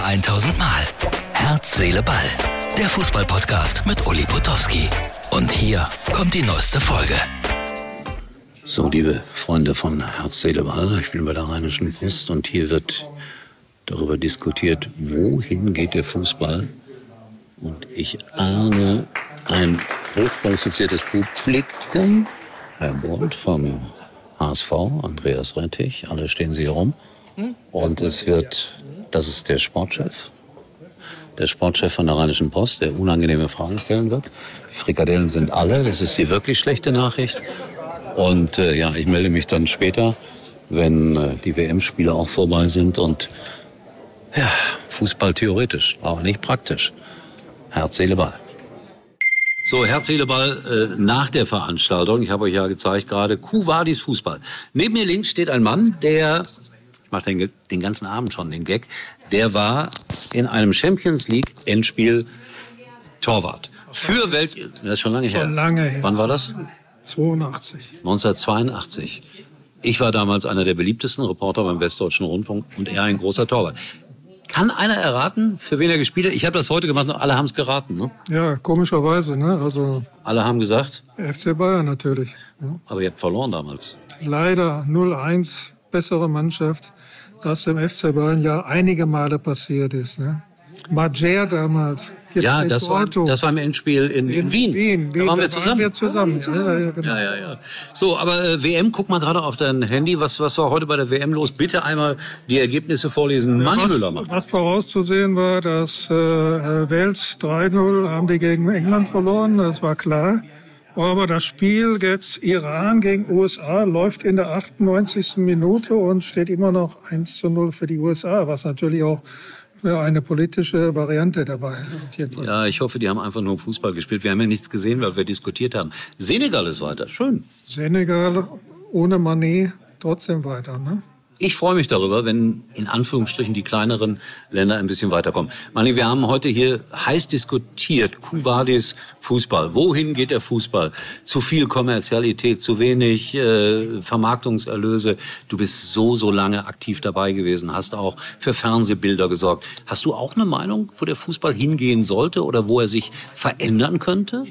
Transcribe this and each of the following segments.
1000 Mal. Herz, Seele, Ball. Der Fußball-Podcast mit Uli Potowski. Und hier kommt die neueste Folge. So, liebe Freunde von Herz, Seele, Ball, ich bin bei der Rheinischen Post und hier wird darüber diskutiert, wohin geht der Fußball? Und ich ahne ein hochqualifiziertes Publikum. Herr Bond vom HSV, Andreas Rettich, alle stehen sie hier rum. Und das ist der Sportchef von der Rheinischen Post, der unangenehme Fragen stellen wird. Die Frikadellen sind alle, das ist die wirklich schlechte Nachricht. Und ich melde mich dann später, wenn die WM-Spiele auch vorbei sind. Und ja, Fußball theoretisch, aber nicht praktisch. Herz, Seele, Ball. So, Herz, Seele, Ball nach der Veranstaltung. Ich habe euch ja gezeigt gerade, Quo Vadis Fußball. Neben mir links steht ein Mann, der, ich mache den ganzen Abend schon den Gag, der war in einem Champions League Endspiel Torwart. Für das ist schon lange her. Schon lange her. Wann war das? 1982. Ich war damals einer der beliebtesten Reporter beim Westdeutschen Rundfunk und er ein großer Torwart. Kann einer erraten, für wen er gespielt hat? Ich habe das heute gemacht und alle haben es geraten, ne? Ja, komischerweise, ne? Also alle haben gesagt? FC Bayern natürlich. Ja. Aber ihr habt verloren damals. Leider 0-1, bessere Mannschaft, was dem FC Bayern ja einige Male passiert ist, ne? Majer damals. Ja, das war im Endspiel in Wien. Da waren wir zusammen. Ja, genau. Ja. So, aber WM, guck mal gerade auf dein Handy. Was war heute bei der WM los? Bitte einmal die Ergebnisse vorlesen. Manni Müller macht. Was vorauszusehen war, dass Wales 3-0 haben die gegen England verloren. Das war klar. Aber das Spiel jetzt Iran gegen USA läuft in der 98. Minute und steht immer noch 1-0 für die USA, was natürlich auch eine politische Variante dabei. Ja, ich hoffe, die haben einfach nur Fußball gespielt. Wir haben ja nichts gesehen, weil wir diskutiert haben. Senegal ist weiter. Schön. Senegal ohne Mané trotzdem weiter, ne? Ich freue mich darüber, wenn in Anführungsstrichen die kleineren Länder ein bisschen weiterkommen. Manni, wir haben heute hier heiß diskutiert, Quo Vadis Fußball. Wohin geht der Fußball? Zu viel Kommerzialität, zu wenig Vermarktungserlöse. Du bist so lange aktiv dabei gewesen, hast auch für Fernsehbilder gesorgt. Hast du auch eine Meinung, wo der Fußball hingehen sollte oder wo er sich verändern könnte?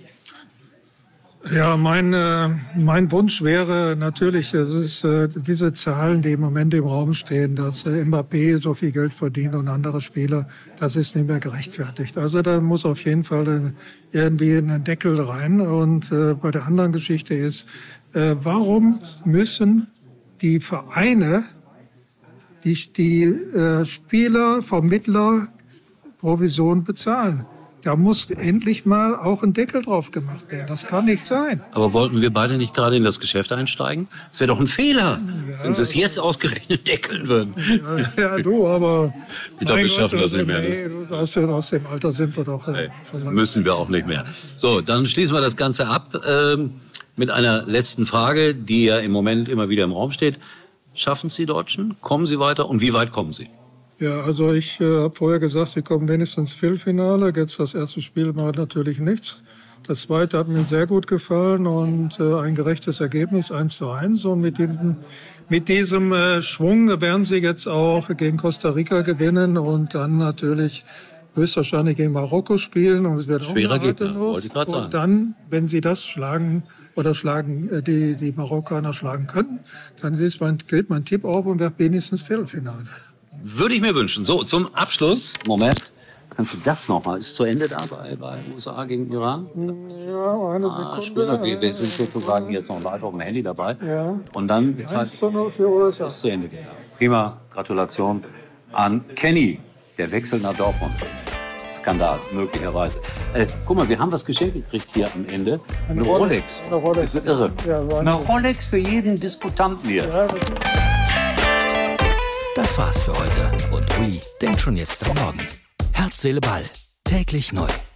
Ja, mein Wunsch wäre natürlich, es ist diese Zahlen, die im Moment im Raum stehen, dass Mbappé so viel Geld verdient und andere Spieler, das ist nicht mehr gerechtfertigt. Also da muss auf jeden Fall irgendwie ein Deckel rein. Und bei der anderen Geschichte ist, warum müssen die Vereine die Spieler, Vermittler Provision bezahlen? Da muss endlich mal auch ein Deckel drauf gemacht werden. Das kann nicht sein. Aber wollten wir beide nicht gerade in das Geschäft einsteigen? Das wäre doch ein Fehler, wenn sie es jetzt ausgerechnet deckeln würden. Ja, aber... Ich glaube, wir schaffen das nicht mehr. Nee, aus dem Alter sind wir doch... Müssen wir auch nicht mehr. So, dann schließen wir das Ganze ab mit einer letzten Frage, die ja im Moment immer wieder im Raum steht. Schaffen es die Deutschen? Kommen sie weiter? Und wie weit kommen sie? Ja, also ich habe vorher gesagt, sie kommen wenigstens ins Viertelfinale. Jetzt das erste Spiel war natürlich nichts. Das zweite hat mir sehr gut gefallen und ein gerechtes Ergebnis, 1:1. Und mit diesem Schwung werden sie jetzt auch gegen Costa Rica gewinnen und dann natürlich höchstwahrscheinlich gegen Marokko spielen. Und es wird schwerer auch Gegner, wollte ich gerade sagen. Und dann, wenn sie das die Marokkaner schlagen können, dann geht mein Tipp auf und wird wenigstens Viertelfinale. Würde ich mir wünschen. So, zum Abschluss. Moment. Kannst du das nochmal? Ist zu Ende da bei USA gegen Iran? Ja, eine Sekunde. Wir sind sozusagen jetzt noch live auf dem Handy dabei. Ja. Und dann 1:0 für USA. Ist zu Ende. Prima. Gratulation an Kenny. Der Wechsel nach Dortmund. Skandal, möglicherweise. Guck mal, wir haben was geschenkt gekriegt hier am Ende. Eine Rolex. Eine Rolex. Das ist irre. Ja, eine Rolex für jeden Diskutanten hier. Ja, das war's für heute. Und Uli denkt schon jetzt am Morgen. Herz, Seele, Ball. Täglich neu.